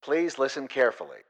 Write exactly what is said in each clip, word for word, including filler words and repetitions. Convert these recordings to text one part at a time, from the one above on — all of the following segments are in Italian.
Please listen carefully.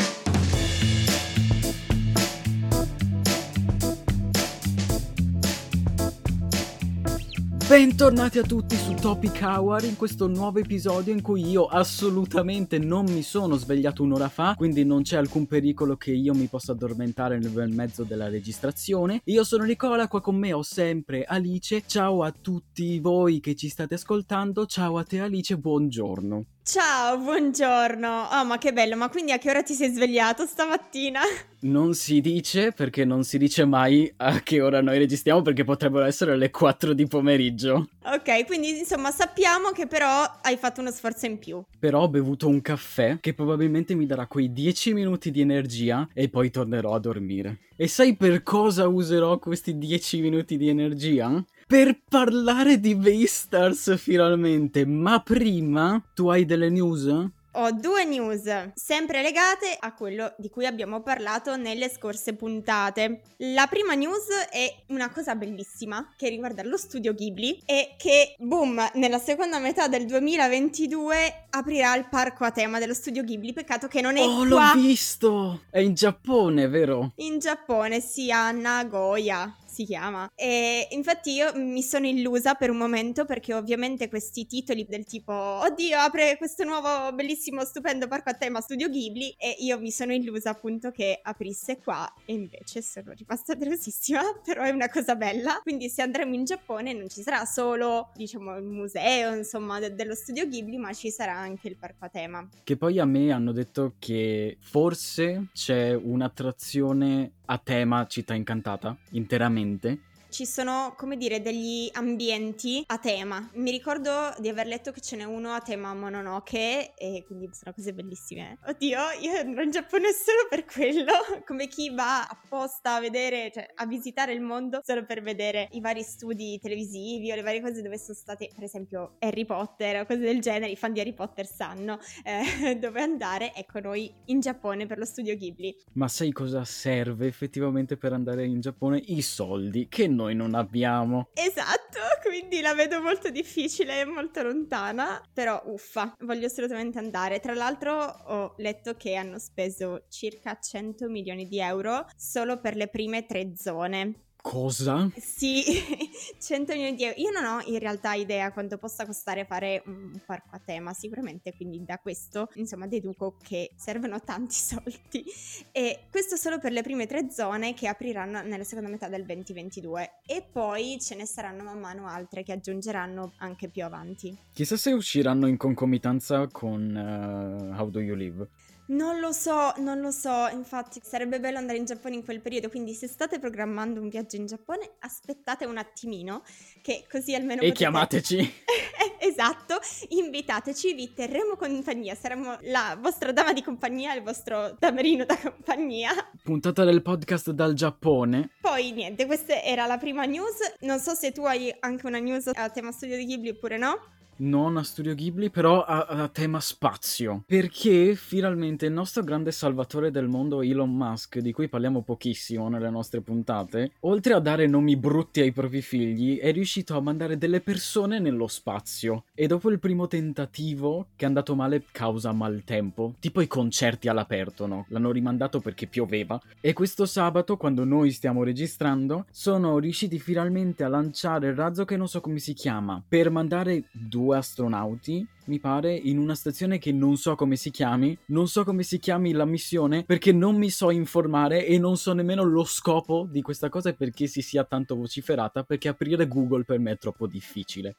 Bentornati a tutti su Topic Hour in questo nuovo episodio in cui io assolutamente non mi sono svegliato un'ora fa, quindi non c'è alcun pericolo che io mi possa addormentare nel mezzo della registrazione. Io sono Nicola, qua con me ho sempre Alice. Ciao a tutti voi che ci state ascoltando, ciao a te Alice, buongiorno. Ciao, buongiorno. Oh, ma che bello, ma quindi a che ora ti sei svegliato stamattina? Non si dice, perché non si dice mai a che ora noi registriamo, perché potrebbero essere le quattro di pomeriggio. Ok, quindi insomma sappiamo che però hai fatto uno sforzo in più. Però ho bevuto un caffè che probabilmente mi darà quei dieci minuti di energia e poi tornerò a dormire. E sai per cosa userò questi dieci minuti di energia? Per parlare di Beastars finalmente, ma prima tu hai delle news? Ho due news, sempre legate a quello di cui abbiamo parlato nelle scorse puntate. La prima news è una cosa bellissima che riguarda lo studio Ghibli e che, boom, nella seconda metà del duemilaventidue aprirà il parco a tema dello studio Ghibli. Peccato che non è Oh, qua. l'ho visto! È in Giappone, vero? In Giappone, sì, a Nagoya si chiama. E infatti io mi sono illusa per un momento, perché ovviamente questi titoli del tipo oddio, apre questo nuovo bellissimo stupendo parco a tema studio Ghibli, e io mi sono illusa appunto che aprisse qua, e invece sono rimasta delosissima. Però è una cosa bella, quindi se andremo in Giappone non ci sarà solo, diciamo, il museo insomma de- dello studio Ghibli, ma ci sarà anche il parco a tema. Che poi a me hanno detto che forse c'è un'attrazione a tema Città Incantata, interamente. Ci sono, come dire, degli ambienti a tema. Mi ricordo di aver letto che ce n'è uno a tema Mononoke, e quindi sono cose bellissime. Oddio, io andrò in Giappone solo per quello, come chi va apposta a vedere, cioè a visitare il mondo solo per vedere i vari studi televisivi o le varie cose dove sono state, per esempio, Harry Potter o cose del genere. I fan di Harry Potter sanno eh, dove andare. Ecco, noi in Giappone per lo studio Ghibli. Ma sai cosa serve effettivamente per andare in Giappone? I soldi, che noi non abbiamo. Esatto, quindi la vedo molto difficile e molto lontana, però uffa, voglio assolutamente andare. Tra l'altro ho letto che hanno speso circa cento milioni di euro solo per le prime tre zone. Cosa? Sì, cento milioni di euro. Io non ho in realtà idea quanto possa costare fare un parco a tema, sicuramente, quindi da questo, insomma, deduco che servono tanti soldi. E questo solo per le prime tre zone che apriranno nella seconda metà del duemilaventidue. E poi ce ne saranno man mano altre che aggiungeranno anche più avanti. Chissà se usciranno in concomitanza con uh, How Do You Live. Non lo so, non lo so, infatti sarebbe bello andare in Giappone in quel periodo, quindi se state programmando un viaggio in Giappone aspettate un attimino, che così almeno E potete... chiamateci! Esatto, invitateci, vi terremo compagnia, saremo la vostra dama di compagnia, il vostro damerino da compagnia. Puntata del podcast dal Giappone. Poi niente, questa era la prima news, non so se tu hai anche una news a tema studio di Ghibli oppure no. Non a Studio Ghibli, però a, a tema spazio. Perché finalmente il nostro grande salvatore del mondo Elon Musk, di cui parliamo pochissimo nelle nostre puntate, oltre a dare nomi brutti ai propri figli, è riuscito a mandare delle persone nello spazio. E dopo il primo tentativo, che è andato male causa maltempo, tipo i concerti all'aperto, no? L'hanno rimandato perché pioveva. E questo sabato, quando noi stiamo registrando, sono riusciti finalmente a lanciare il razzo che non so come si chiama, per mandare due astronauti, mi pare, in una stazione che non so come si chiami, non so come si chiami la missione, perché non mi so informare e non so nemmeno lo scopo di questa cosa e perché si sia tanto vociferata, perché aprire Google per me è troppo difficile.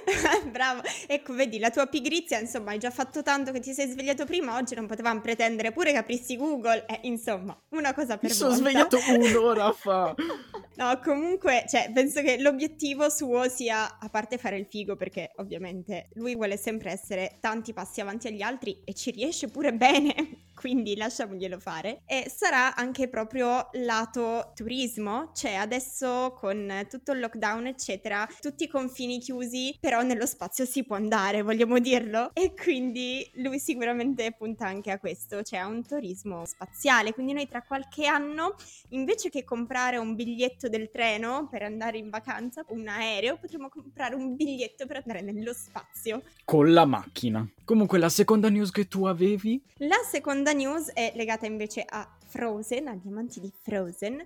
Bravo, ecco, vedi, la tua pigrizia, insomma, hai già fatto tanto che ti sei svegliato prima, oggi non potevamo pretendere pure che aprissi Google, eh, insomma, una cosa per Mi volta. sono svegliato un'ora fa! No, comunque, cioè, penso che l'obiettivo suo sia, a parte fare il figo, perché ovviamente lui vuole sempre essere tanti passi avanti agli altri e ci riesce pure bene. quindi lasciamoglielo fare. E sarà anche proprio lato turismo, cioè adesso con tutto il lockdown eccetera, tutti i confini chiusi, però nello spazio si può andare, vogliamo dirlo? E quindi lui sicuramente punta anche a questo, cioè a un turismo spaziale, quindi noi tra qualche anno, invece che comprare un biglietto del treno per andare in vacanza, un aereo, potremo comprare un biglietto per andare nello spazio. Con la macchina. Comunque la seconda news che tu avevi? La seconda news è legata invece a Frozen, agli amanti di Frozen.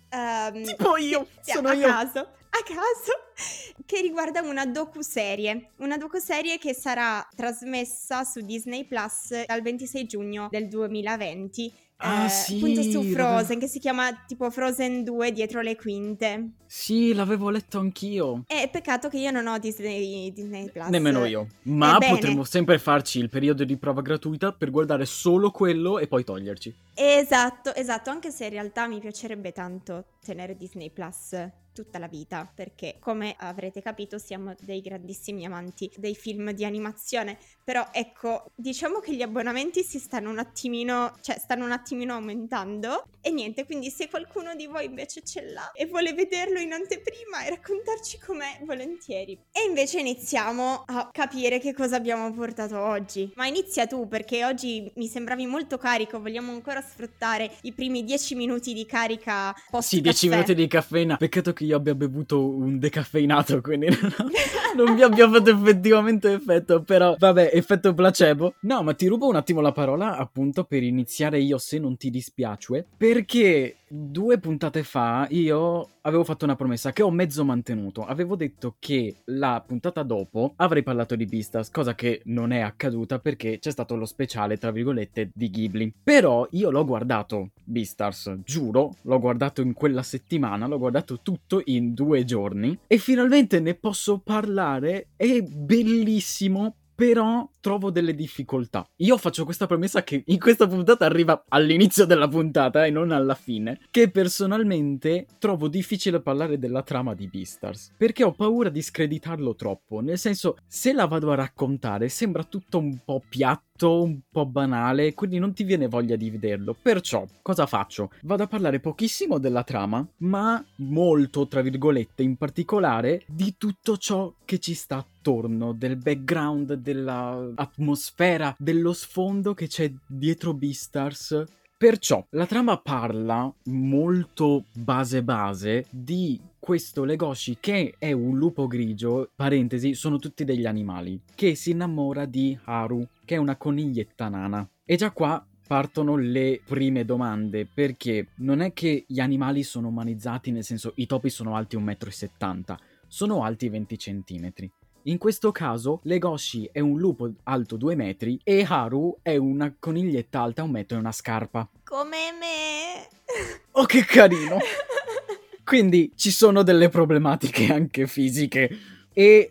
Um, tipo io, che, sono a io. caso, a caso, che riguarda una docuserie, una docuserie che sarà trasmessa su Disney Plus dal ventisei giugno del duemilaventi. Ah, eh, sì, appunto su Frozen, l'avevo... che si chiama tipo Frozen due dietro le quinte. Sì, l'avevo letto anch'io. È peccato che io non ho Disney, Disney Plus. Nemmeno io. Ma Ebbene, potremmo sempre farci il periodo di prova gratuita per guardare solo quello e poi toglierci. Esatto, esatto, anche se in realtà mi piacerebbe tanto tenere Disney Plus tutta la vita, perché come avrete capito siamo dei grandissimi amanti dei film di animazione, però ecco, diciamo che gli abbonamenti si stanno un attimino, cioè stanno un attimino aumentando e niente, quindi se qualcuno di voi invece ce l'ha e vuole vederlo in anteprima e raccontarci com'è, volentieri. E invece iniziamo a capire che cosa abbiamo portato oggi. Ma inizia tu, perché oggi mi sembravi molto carico, vogliamo ancora sfruttare i primi dieci minuti di carica post Sì, dieci minuti di caffeina. Peccato che io abbia bevuto un decaffeinato, quindi non, non mi abbia fatto effettivamente effetto, però vabbè, effetto placebo. No, ma ti rubo un attimo la parola appunto per iniziare io, se non ti dispiace, perché due puntate fa io avevo fatto una promessa che ho mezzo mantenuto. Avevo detto che la puntata dopo avrei parlato di Beastars, cosa che non è accaduta perché c'è stato lo speciale, tra virgolette, di Ghibli. Però io l'ho guardato, Beastars, giuro, l'ho guardato in quella settimana, l'ho guardato tutto in due giorni e finalmente ne posso parlare. È bellissimo. Però trovo delle difficoltà. Io faccio questa promessa che in questa puntata arriva all'inizio della puntata e non alla fine. Che personalmente trovo difficile parlare della trama di Beastars. Perché ho paura di screditarlo troppo. Nel senso, se la vado a raccontare sembra tutto un po' piatto, un po' banale, quindi non ti viene voglia di vederlo. Perciò, cosa faccio? Vado a parlare pochissimo della trama, ma molto, tra virgolette, in particolare, di tutto ciò che ci sta attorno, del background, della atmosfera, dello sfondo che c'è dietro Beastars. Perciò la trama parla molto base base di questo Legoshi che è un lupo grigio, parentesi, sono tutti degli animali, che si innamora di Haru, che è una coniglietta nana. E già qua partono le prime domande, perché non è che gli animali sono umanizzati, nel senso i topi sono alti un metro e settanta, sono alti venti centimetri. In questo caso, Legoshi è un lupo alto due metri e Haru è una coniglietta alta un metro e una scarpa. Come me! Oh, che carino! Quindi ci sono delle problematiche anche fisiche. E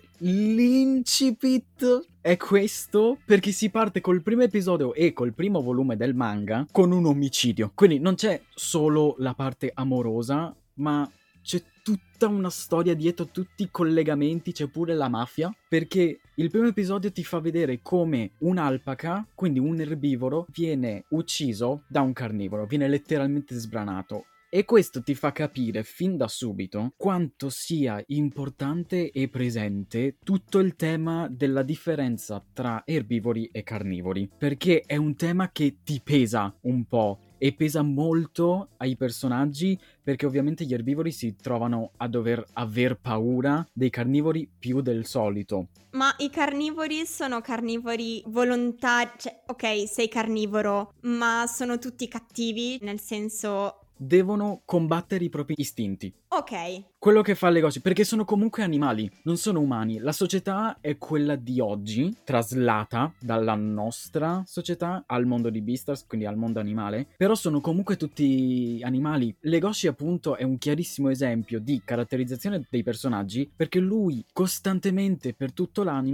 l'incipit è questo, perché si parte col primo episodio e col primo volume del manga con un omicidio. Quindi non c'è solo la parte amorosa, ma c'è tutta una storia dietro, tutti i collegamenti, c'è pure la mafia, perché il primo episodio ti fa vedere come un'alpaca, quindi un erbivoro, viene ucciso da un carnivoro, viene letteralmente sbranato. E questo ti fa capire fin da subito quanto sia importante e presente tutto il tema della differenza tra erbivori e carnivori, perché è un tema che ti pesa un po'. E pesa molto ai personaggi, perché ovviamente gli erbivori si trovano a dover aver paura dei carnivori più del solito. Ma i carnivori sono carnivori volontari, cioè ok, sei carnivoro, ma sono tutti cattivi, nel senso... Devono combattere i propri istinti. Ok. Quello che fa Legoshi, perché sono comunque animali, non sono umani. La società è quella di oggi, traslata dalla nostra società al mondo di Beastars, quindi al mondo animale, però sono comunque tutti animali. Legoshi appunto è un chiarissimo esempio di caratterizzazione dei personaggi, perché lui costantemente per tutto l'anime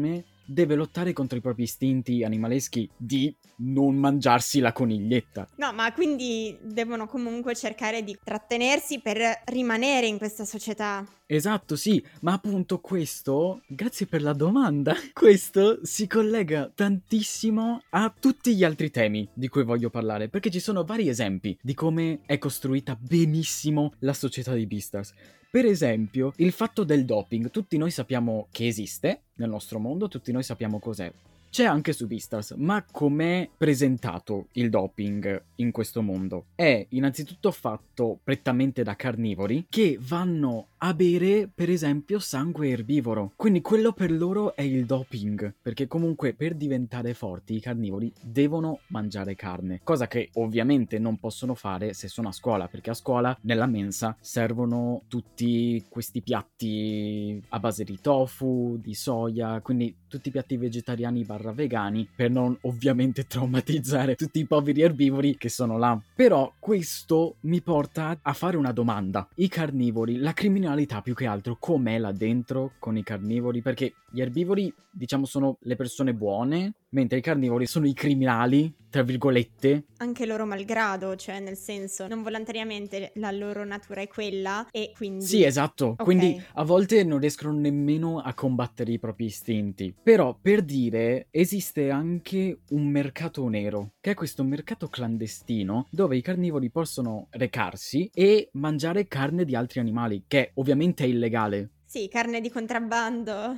deve lottare contro i propri istinti animaleschi di non mangiarsi la coniglietta. No, ma quindi devono comunque cercare di trattenersi per rimanere in questa società. Esatto, sì, ma appunto questo, grazie per la domanda, questo si collega tantissimo a tutti gli altri temi di cui voglio parlare, perché ci sono vari esempi di come è costruita benissimo la società di Beastars. Per esempio, il fatto del doping. Tutti noi sappiamo che esiste nel nostro mondo, tutti noi sappiamo cos'è. C'è anche su Beastars, ma com'è presentato il doping in questo mondo? È innanzitutto fatto prettamente da carnivori che vanno a bere, per esempio, sangue erbivoro. Quindi quello per loro è il doping, perché comunque per diventare forti i carnivori devono mangiare carne, cosa che ovviamente non possono fare se sono a scuola, perché a scuola nella mensa servono tutti questi piatti a base di tofu, di soia, quindi tutti i piatti vegetariani barra vegani, per non ovviamente traumatizzare tutti i poveri erbivori che sono là. Però questo mi porta a fare una domanda. I carnivori, la criminalità più che altro, com'è là dentro con i carnivori? Perché gli erbivori, diciamo, sono le persone buone, mentre i carnivori sono i criminali, tra virgolette. Anche loro malgrado, cioè nel senso, non volontariamente la loro natura è quella e quindi... Sì, esatto. Okay. Quindi a volte non riescono nemmeno a combattere i propri istinti. Però, per dire, esiste anche un mercato nero, che è questo mercato clandestino dove i carnivori possono recarsi e mangiare carne di altri animali, che ovviamente è illegale. Sì, carne di contrabbando.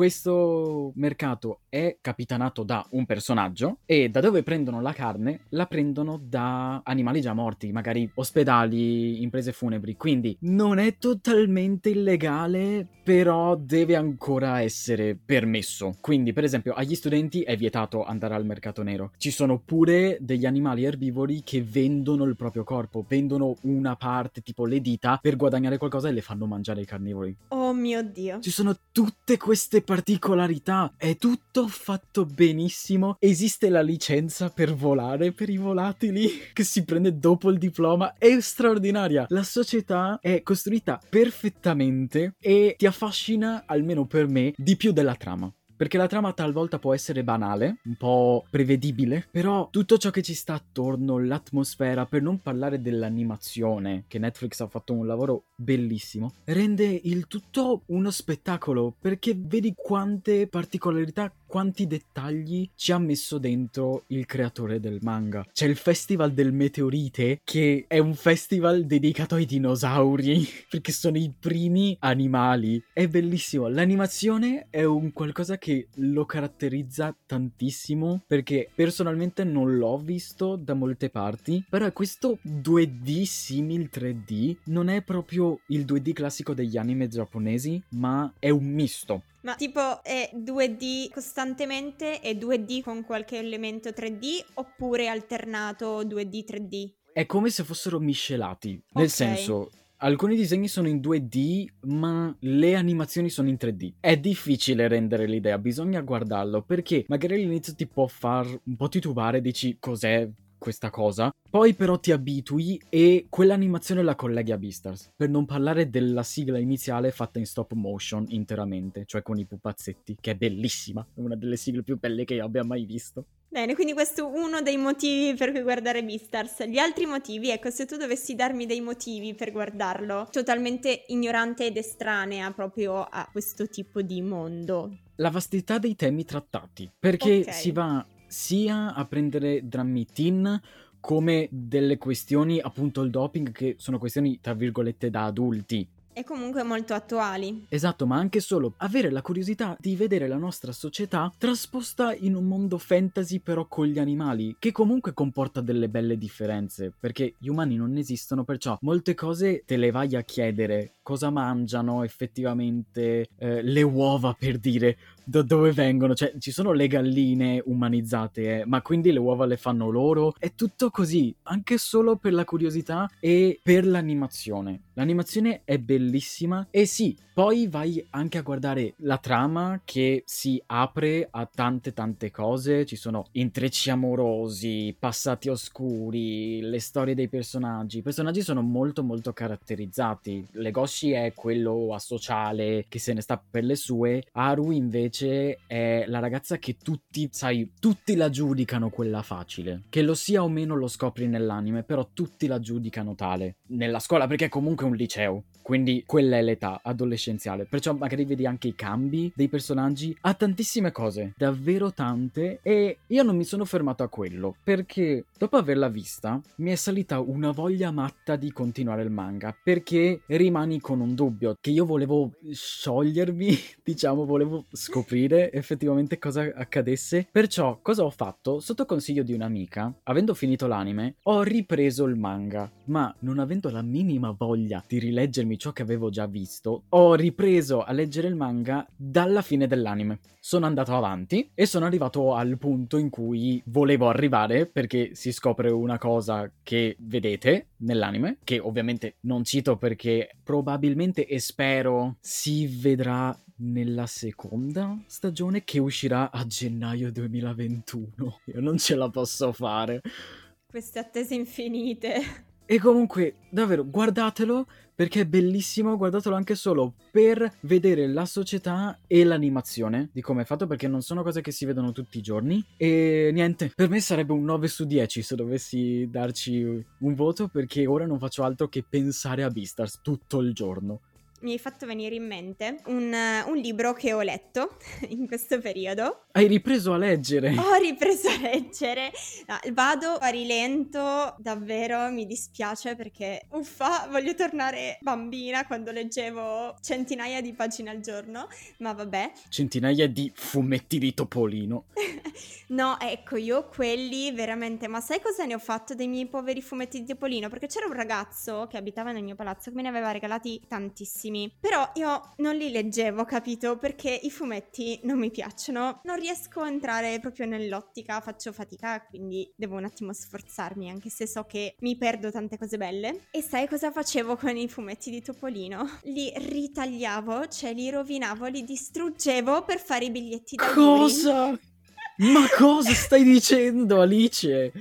Questo mercato è capitanato da un personaggio e da dove prendono la carne? La prendono da animali già morti, magari ospedali, imprese funebri, quindi non è totalmente illegale, però deve ancora essere permesso. Quindi, per esempio, agli studenti è vietato andare al mercato nero. Ci sono pure degli animali erbivori che vendono il proprio corpo, vendono una parte, tipo le dita, per guadagnare qualcosa e le fanno mangiare ai carnivori. Oh mio Dio. Ci sono tutte queste particolarità, è tutto fatto benissimo. Esiste la licenza per volare per i volatili che si prende dopo il diploma, è straordinaria. La società è costruita perfettamente e ti affascina, almeno per me, di più della trama. Perché la trama talvolta può essere banale, un po' prevedibile, però tutto ciò che ci sta attorno, l'atmosfera, per non parlare dell'animazione, che Netflix ha fatto un lavoro bellissimo, rende il tutto uno spettacolo, perché vedi quante particolarità, quanti dettagli ci ha messo dentro il creatore del manga. C'è il Festival del Meteorite, che è un festival dedicato ai dinosauri, perché sono i primi animali. È bellissimo. L'animazione è un qualcosa che lo caratterizza tantissimo, perché personalmente non l'ho visto da molte parti, però questo due D simil tre D non è proprio il due D classico degli anime giapponesi, ma è un misto. Ma tipo è due D costantemente e due D con qualche elemento tre D oppure alternato due D tre D? È come se fossero miscelati, nel Ok. senso... Alcuni disegni sono in due D, ma le animazioni sono in tre D. È difficile rendere l'idea, bisogna guardarlo, perché magari all'inizio ti può far un po' titubare, dici cos'è questa cosa, poi però ti abitui e quell'animazione la colleghi a Beastars, per non parlare della sigla iniziale fatta in stop motion interamente, cioè con i pupazzetti, che è bellissima, è una delle sigle più belle che io abbia mai visto. Bene, quindi questo è uno dei motivi per cui guardare Beastars. Gli altri motivi, ecco, se tu dovessi darmi dei motivi per guardarlo, totalmente ignorante ed estranea proprio a questo tipo di mondo. La vastità dei temi trattati, perché Ok. si va sia a prendere drammi teen come delle questioni, appunto il doping, che sono questioni tra virgolette da adulti. E comunque molto attuali. Esatto, ma anche solo avere la curiosità di vedere la nostra società trasposta in un mondo fantasy però con gli animali, che comunque comporta delle belle differenze, perché gli umani non esistono, perciò molte cose te le vai a chiedere. Cosa mangiano effettivamente, eh, le uova, per dire, da dove vengono, cioè ci sono le galline umanizzate, eh, ma quindi le uova le fanno loro? È tutto così, anche solo per la curiosità e per l'animazione. L'animazione è bellissima e sì, poi vai anche a guardare la trama che si apre a tante tante cose, ci sono intrecci amorosi, passati oscuri, le storie dei personaggi. I personaggi sono molto molto caratterizzati. Legoshi è quello asociale che se ne sta per le sue, Haru invece invece è la ragazza che tutti, sai, tutti la giudicano quella facile. Che lo sia o meno lo scopri nell'anime, però tutti la giudicano tale nella scuola, perché è comunque un liceo. Quindi quella è l'età adolescenziale. Perciò magari vedi anche i cambi dei personaggi. Ha tantissime cose, davvero tante. E io non mi sono fermato a quello, perché dopo averla vista mi è salita una voglia matta di continuare il manga. Perché rimani con un dubbio, che io volevo sciogliermi, diciamo, volevo scoprire effettivamente cosa accadesse. Perciò cosa ho fatto? Sotto consiglio di un'amica, avendo finito l'anime, ho ripreso il manga. Ma non avendo la minima voglia di rileggermi ciò che avevo già visto, ho ripreso a leggere il manga dalla fine dell'anime. Sono andato avanti e sono arrivato al punto in cui volevo arrivare, perché si scopre una cosa che vedete nell'anime, che ovviamente non cito perché probabilmente e spero si vedrà nella seconda stagione, che uscirà a gennaio duemilaventuno. Io non ce la posso fare. Queste attese infinite. E comunque, davvero, guardatelo, perché è bellissimo, guardatelo anche solo per vedere la società e l'animazione di come è fatto, perché non sono cose che si vedono tutti i giorni. E niente, per me sarebbe un nove su dieci se dovessi darci un voto, perché ora non faccio altro che pensare a Beastars tutto il giorno. Mi hai fatto venire in mente un, un libro che ho letto in questo periodo. Hai ripreso a leggere? Ho ripreso a leggere. No, vado a rilento, davvero mi dispiace perché uffa, voglio tornare bambina quando leggevo centinaia di pagine al giorno, ma vabbè. Centinaia di fumetti di Topolino. No, ecco, io quelli veramente, ma sai cosa ne ho fatto dei miei poveri fumetti di Topolino? Perché c'era un ragazzo che abitava nel mio palazzo che me ne aveva regalati tantissimi. Però io non li leggevo, capito? Perché i fumetti non mi piacciono, non riesco a entrare proprio nell'ottica, faccio fatica, quindi devo un attimo sforzarmi, anche se so che mi perdo tante cose belle. E sai cosa facevo con i fumetti di Topolino? Li ritagliavo, cioè li rovinavo, li distruggevo per fare i biglietti d'auguri. Cosa? Ma cosa stai dicendo, Alice?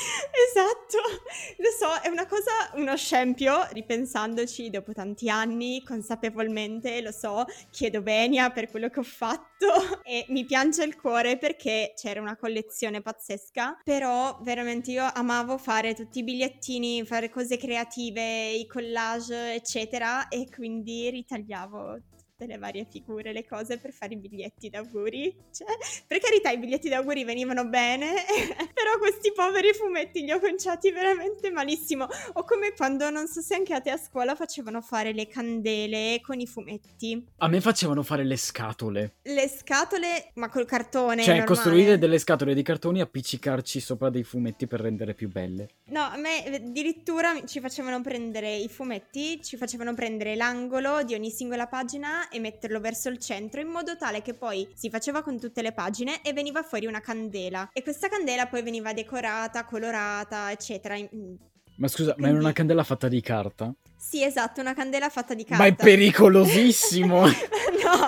Esatto, lo so, è una cosa, uno scempio, ripensandoci dopo tanti anni, consapevolmente, lo so, chiedo venia per quello che ho fatto e mi piange il cuore perché c'era una collezione pazzesca, però veramente io amavo fare tutti i bigliettini, fare cose creative, i collage, eccetera, e quindi ritagliavo le varie figure, le cose per fare i biglietti d'auguri. Cioè, per carità i biglietti d'auguri venivano bene, però questi poveri fumetti li ho conciati veramente malissimo. O come quando, non so se anche a te a scuola facevano fare le candele con i fumetti. A me facevano fare le scatole. Le scatole, ma col cartone Cioè, normale. costruire delle scatole di cartoni e appiccicarci sopra dei fumetti per rendere più belle. No, a me addirittura ci facevano prendere i fumetti, ci facevano prendere l'angolo di ogni singola pagina e metterlo verso il centro, in modo tale che poi si faceva con tutte le pagine e veniva fuori una candela, e questa candela poi veniva decorata, colorata, eccetera. Ma scusa, Quindi... ma era una candela fatta di carta? Sì, esatto, una candela fatta di carta. Ma è pericolosissimo! No,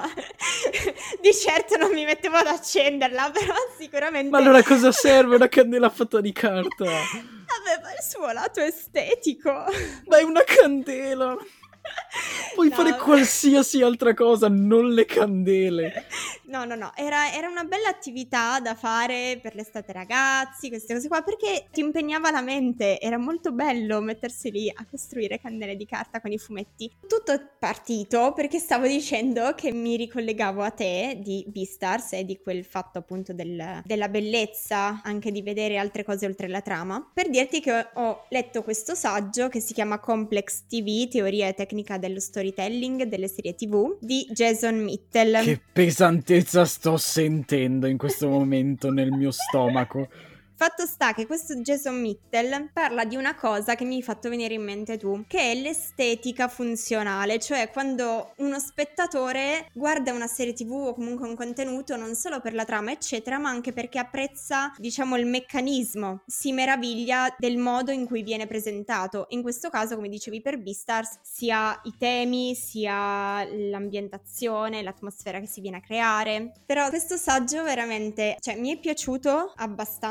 di certo non mi mettevo ad accenderla, però sicuramente... Ma allora cosa serve una candela fatta di carta? Aveva il suo lato estetico. Ma è una candela! Puoi No, fare qualsiasi altra cosa, non le candele. No, no, no, era, era una bella attività da fare per l'estate ragazzi, queste cose qua, perché ti impegnava la mente, era molto bello mettersi lì a costruire candele di carta con i fumetti. Tutto è partito perché stavo dicendo che mi ricollegavo a te di Beastars e di quel fatto appunto del, della bellezza, anche di vedere altre cose oltre la trama, per dirti che ho, ho letto questo saggio che si chiama Complex T V, teoria e tecnica dello storytelling delle serie tv, di Jason Mitchell. Che pesantezza sto sentendo in questo momento nel mio stomaco. Fatto sta che questo Jason Mitchell parla di una cosa che mi hai fatto venire in mente tu, che è l'estetica funzionale, cioè quando uno spettatore guarda una serie tv o comunque un contenuto non solo per la trama eccetera, ma anche perché apprezza, diciamo, il meccanismo, si meraviglia del modo in cui viene presentato. In questo caso, come dicevi per Beastars, sia i temi, sia l'ambientazione, l'atmosfera che si viene a creare. Però questo saggio veramente, cioè, mi è piaciuto abbastanza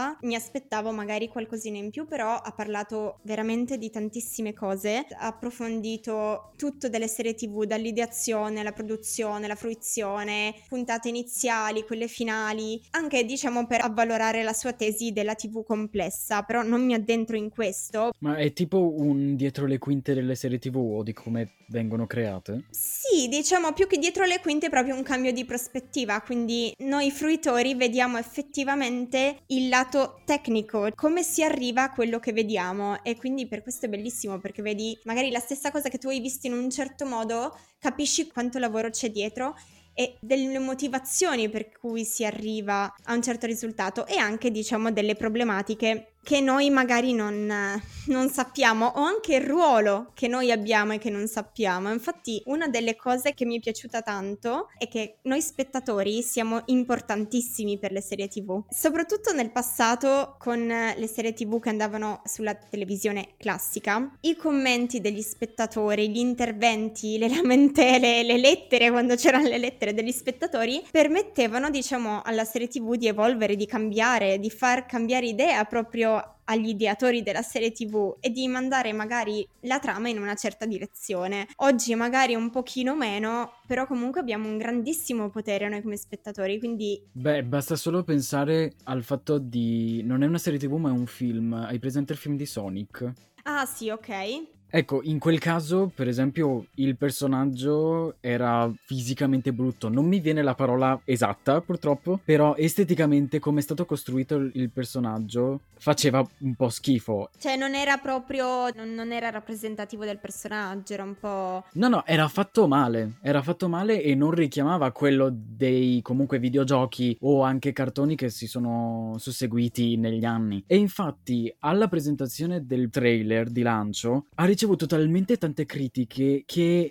puntata mi aspettavo magari qualcosina in più, però ha parlato veramente di tantissime cose, ha approfondito tutto delle serie tv, dall'ideazione, la produzione, la fruizione, puntate iniziali, quelle finali, anche diciamo per avvalorare la sua tesi della tv complessa, però non mi addentro in questo. Ma è tipo un dietro le quinte delle serie tv o di come vengono create? Sì, diciamo più che dietro le quinte è proprio un cambio di prospettiva, quindi noi fruitori vediamo effettivamente il lato tecnico, come si arriva a quello che vediamo, e quindi per questo è bellissimo, perché vedi magari la stessa cosa che tu hai visto in un certo modo, capisci quanto lavoro c'è dietro e delle motivazioni per cui si arriva a un certo risultato, e anche diciamo delle problematiche che noi magari non, non sappiamo, o anche il ruolo che noi abbiamo e che non sappiamo. Infatti una delle cose che mi è piaciuta tanto è che noi spettatori siamo importantissimi per le serie tv, soprattutto nel passato con le serie tv che andavano sulla televisione classica. I commenti degli spettatori, gli interventi, le lamentele, le lettere, quando c'erano le lettere degli spettatori, permettevano diciamo alla serie tv di evolvere, di cambiare, di far cambiare idea proprio agli ideatori della serie tv e di mandare magari la trama in una certa direzione. Oggi magari un pochino meno, però comunque abbiamo un grandissimo potere noi come spettatori, quindi... Beh, basta solo pensare al fatto di... non è una serie tv ma è un film. Hai presente il film di Sonic? Ah sì, ok. Ecco, in quel caso, per esempio, il personaggio era fisicamente brutto. Non mi viene la parola esatta, purtroppo, però esteticamente, come è stato costruito il il personaggio, faceva un po' schifo. Cioè non era proprio, non, non era rappresentativo del personaggio, era un po'... No, no, era fatto male. Era fatto male e non richiamava quello dei, comunque, videogiochi o anche cartoni che si sono susseguiti negli anni. E infatti, alla presentazione del trailer di lancio, ha ricevuto talmente tante critiche che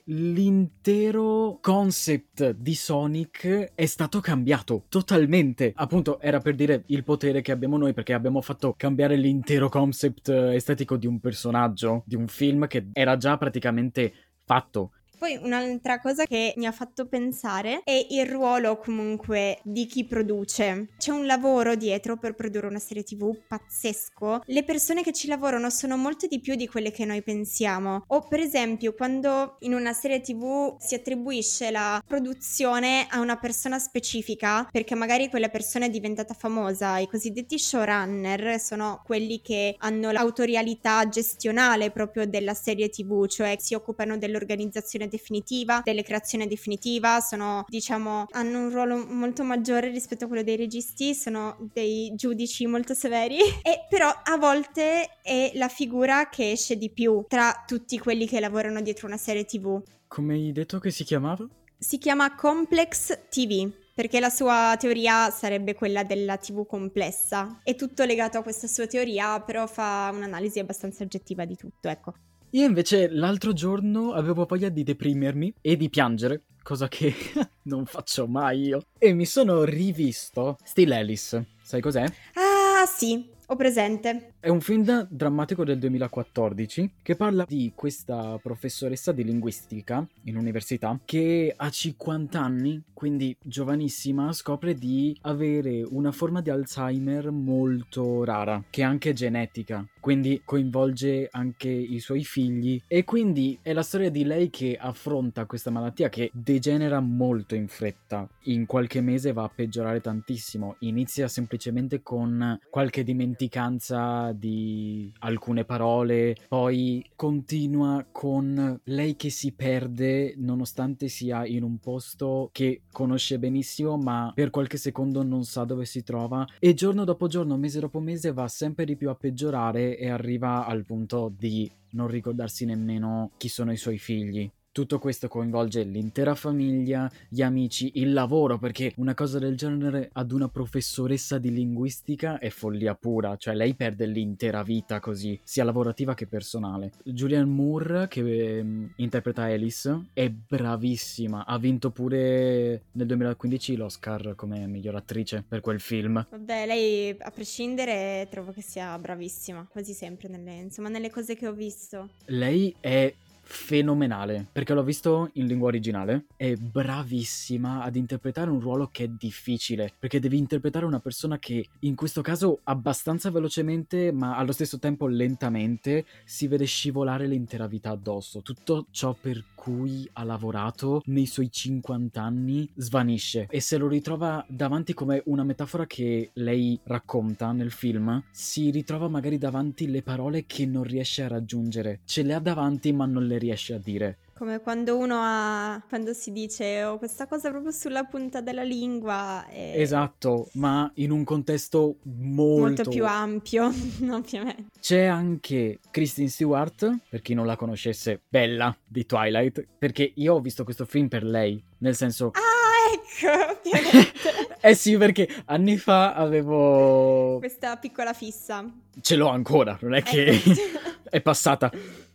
l'intero concept di Sonic è stato cambiato totalmente. Appunto, era per dire il potere che abbiamo noi, perché abbiamo fatto cambiare l'intero concept estetico di un personaggio, di un film che era già praticamente fatto. Poi un'altra cosa che mi ha fatto pensare è il ruolo comunque di chi produce. C'è un lavoro dietro per produrre una serie tv pazzesco. Le persone che ci lavorano sono molte di più di quelle che noi pensiamo. O per esempio quando in una serie tv si attribuisce la produzione a una persona specifica, perché magari quella persona è diventata famosa. I cosiddetti showrunner sono quelli che hanno l'autorialità gestionale proprio della serie tv, cioè si occupano dell'organizzazione definitiva, delle creazioni definitiva, sono diciamo hanno un ruolo molto maggiore rispetto a quello dei registi, sono dei giudici molto severi e però a volte è la figura che esce di più tra tutti quelli che lavorano dietro una serie tv. Come hai detto che si chiamava? Si chiama Complex T V, perché la sua teoria sarebbe quella della tv complessa. È tutto legato a questa sua teoria, però fa un'analisi abbastanza oggettiva di tutto, ecco. Io invece l'altro giorno avevo voglia di deprimermi e di piangere, cosa che non faccio mai io. E mi sono rivisto Still Alice. Sai cos'è? Ah, sì, ho presente. È un film drammatico del duemilaquattordici che parla di questa professoressa di linguistica in università che a cinquanta anni, quindi giovanissima, scopre di avere una forma di Alzheimer molto rara, che è anche genetica, quindi coinvolge anche i suoi figli e quindi è la storia di lei che affronta questa malattia che degenera molto in fretta. In qualche mese va a peggiorare tantissimo, inizia semplicemente con qualche dimenticanza di alcune parole, poi continua con lei che si perde nonostante sia in un posto che conosce benissimo ma per qualche secondo non sa dove si trova e giorno dopo giorno, mese dopo mese va sempre di più a peggiorare e arriva al punto di non ricordarsi nemmeno chi sono i suoi figli. Tutto questo coinvolge l'intera famiglia, gli amici, il lavoro, perché una cosa del genere ad una professoressa di linguistica è follia pura, cioè lei perde l'intera vita così, sia lavorativa che personale. Julianne Moore, che eh, interpreta Alice, è bravissima, ha vinto pure nel duemilaquindici l'Oscar come miglior attrice per quel film. Vabbè, lei a prescindere trovo che sia bravissima, quasi sempre nelle, insomma, nelle cose che ho visto. Lei è fenomenale, perché l'ho visto in lingua originale. È bravissima ad interpretare un ruolo che è difficile, perché devi interpretare una persona che in questo caso abbastanza velocemente, ma allo stesso tempo lentamente, si vede scivolare l'intera vita addosso. Tutto ciò per cui ha lavorato nei suoi cinquanta anni svanisce e se lo ritrova davanti come una metafora che lei racconta nel film, si ritrova magari davanti le parole che non riesce a raggiungere, ce le ha davanti ma non le riesce a dire. Come quando uno ha, quando si dice ho oh, questa cosa proprio sulla punta della lingua. E... Esatto, ma in un contesto molto... molto più ampio, ovviamente. C'è anche Kristen Stewart, per chi non la conoscesse, Bella di Twilight, perché io ho visto questo film per lei, nel senso... Ah, ecco, ovviamente. Eh sì, perché anni fa avevo... questa piccola fissa. Ce l'ho ancora, non è che Ecco. è passata.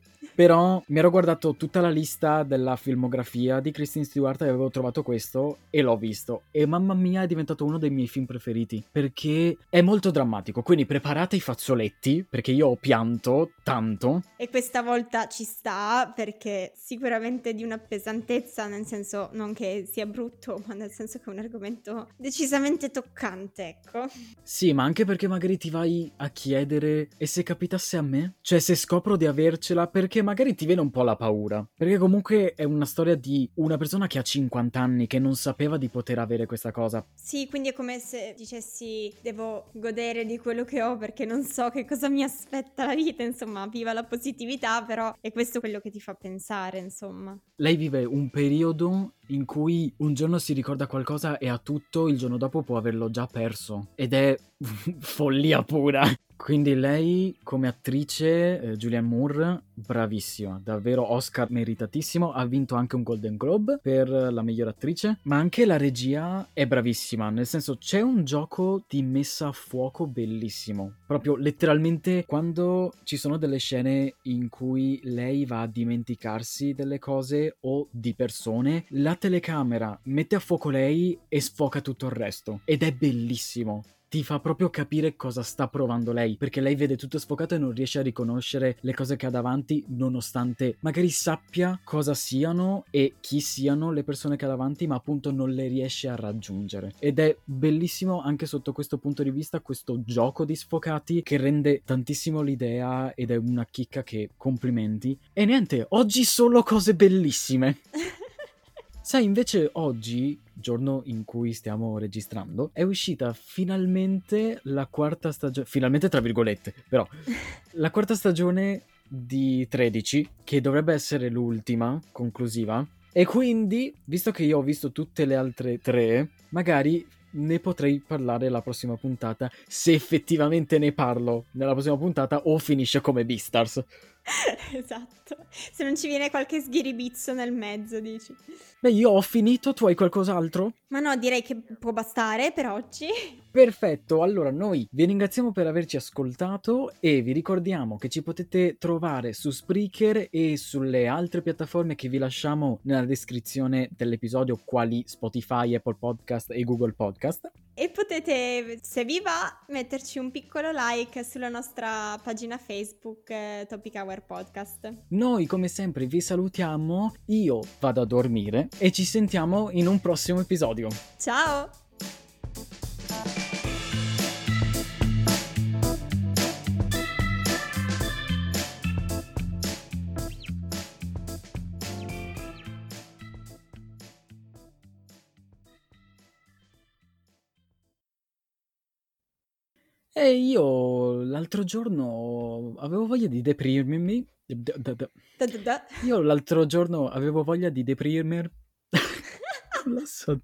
Però mi ero guardato tutta la lista della filmografia di Kristen Stewart e avevo trovato questo e l'ho visto. E mamma mia, è diventato uno dei miei film preferiti, perché è molto drammatico. Quindi preparate i fazzoletti, perché io ho pianto tanto. E questa volta ci sta, perché sicuramente di una pesantezza, nel senso non che sia brutto, ma nel senso che è un argomento decisamente toccante, ecco. Sì, ma anche perché magari ti vai a chiedere, e se capitasse a me? Cioè, se scopro di avercela, perché magari ti viene un po' la paura. Perché comunque è una storia di una persona che ha cinquanta anni, che non sapeva di poter avere questa cosa. Sì, quindi è come se dicessi devo godere di quello che ho perché non so che cosa mi aspetta la vita, insomma, viva la positività, però è questo quello che ti fa pensare, insomma. Lei vive un periodo in cui un giorno si ricorda qualcosa e ha tutto, il giorno dopo può averlo già perso. Ed è follia pura. Quindi lei come attrice, eh, Julianne Moore, bravissima, davvero Oscar meritatissimo, ha vinto anche un Golden Globe per la miglior attrice, ma anche la regia è bravissima, nel senso c'è un gioco di messa a fuoco bellissimo, proprio letteralmente quando ci sono delle scene in cui lei va a dimenticarsi delle cose o di persone, la telecamera mette a fuoco lei e sfoca tutto il resto, ed è bellissimo. Ti fa proprio capire cosa sta provando lei, perché lei vede tutto sfocato e non riesce a riconoscere le cose che ha davanti, nonostante magari sappia cosa siano e chi siano le persone che ha davanti, ma appunto non le riesce a raggiungere. Ed è bellissimo anche sotto questo punto di vista, questo gioco di sfocati che rende tantissimo l'idea ed è una chicca che complimenti. E niente, oggi solo cose bellissime. Sai, invece oggi, giorno in cui stiamo registrando, è uscita finalmente la quarta stagione, finalmente tra virgolette, però, la quarta stagione di tredici, che dovrebbe essere l'ultima, conclusiva, e quindi, visto che io ho visto tutte le altre tre, magari ne potrei parlare la prossima puntata, se effettivamente ne parlo nella prossima puntata o finisce come Beastars. Esatto, se non ci viene qualche sghiribizzo nel mezzo, dici. Beh, io ho finito, tu hai qualcos'altro? Ma no, direi che può bastare per oggi. Perfetto, allora noi vi ringraziamo per averci ascoltato e vi ricordiamo che ci potete trovare su Spreaker e sulle altre piattaforme che vi lasciamo nella descrizione dell'episodio, quali Spotify, Apple Podcast e Google Podcast. E potete, se vi va, metterci un piccolo like sulla nostra pagina Facebook eh, Topic Hour Podcast. Noi come sempre vi salutiamo, io vado a dormire e ci sentiamo in un prossimo episodio. Ciao! E io l'altro giorno avevo voglia di deprimermi. Da, da, da. Io l'altro giorno avevo voglia di deprimermi. Non lo so.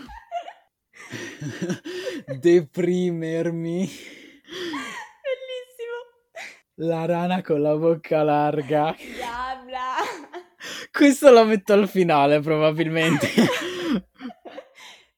Deprimermi. Bellissimo. La rana con la bocca larga. Bla bla. Questo lo metto al finale probabilmente.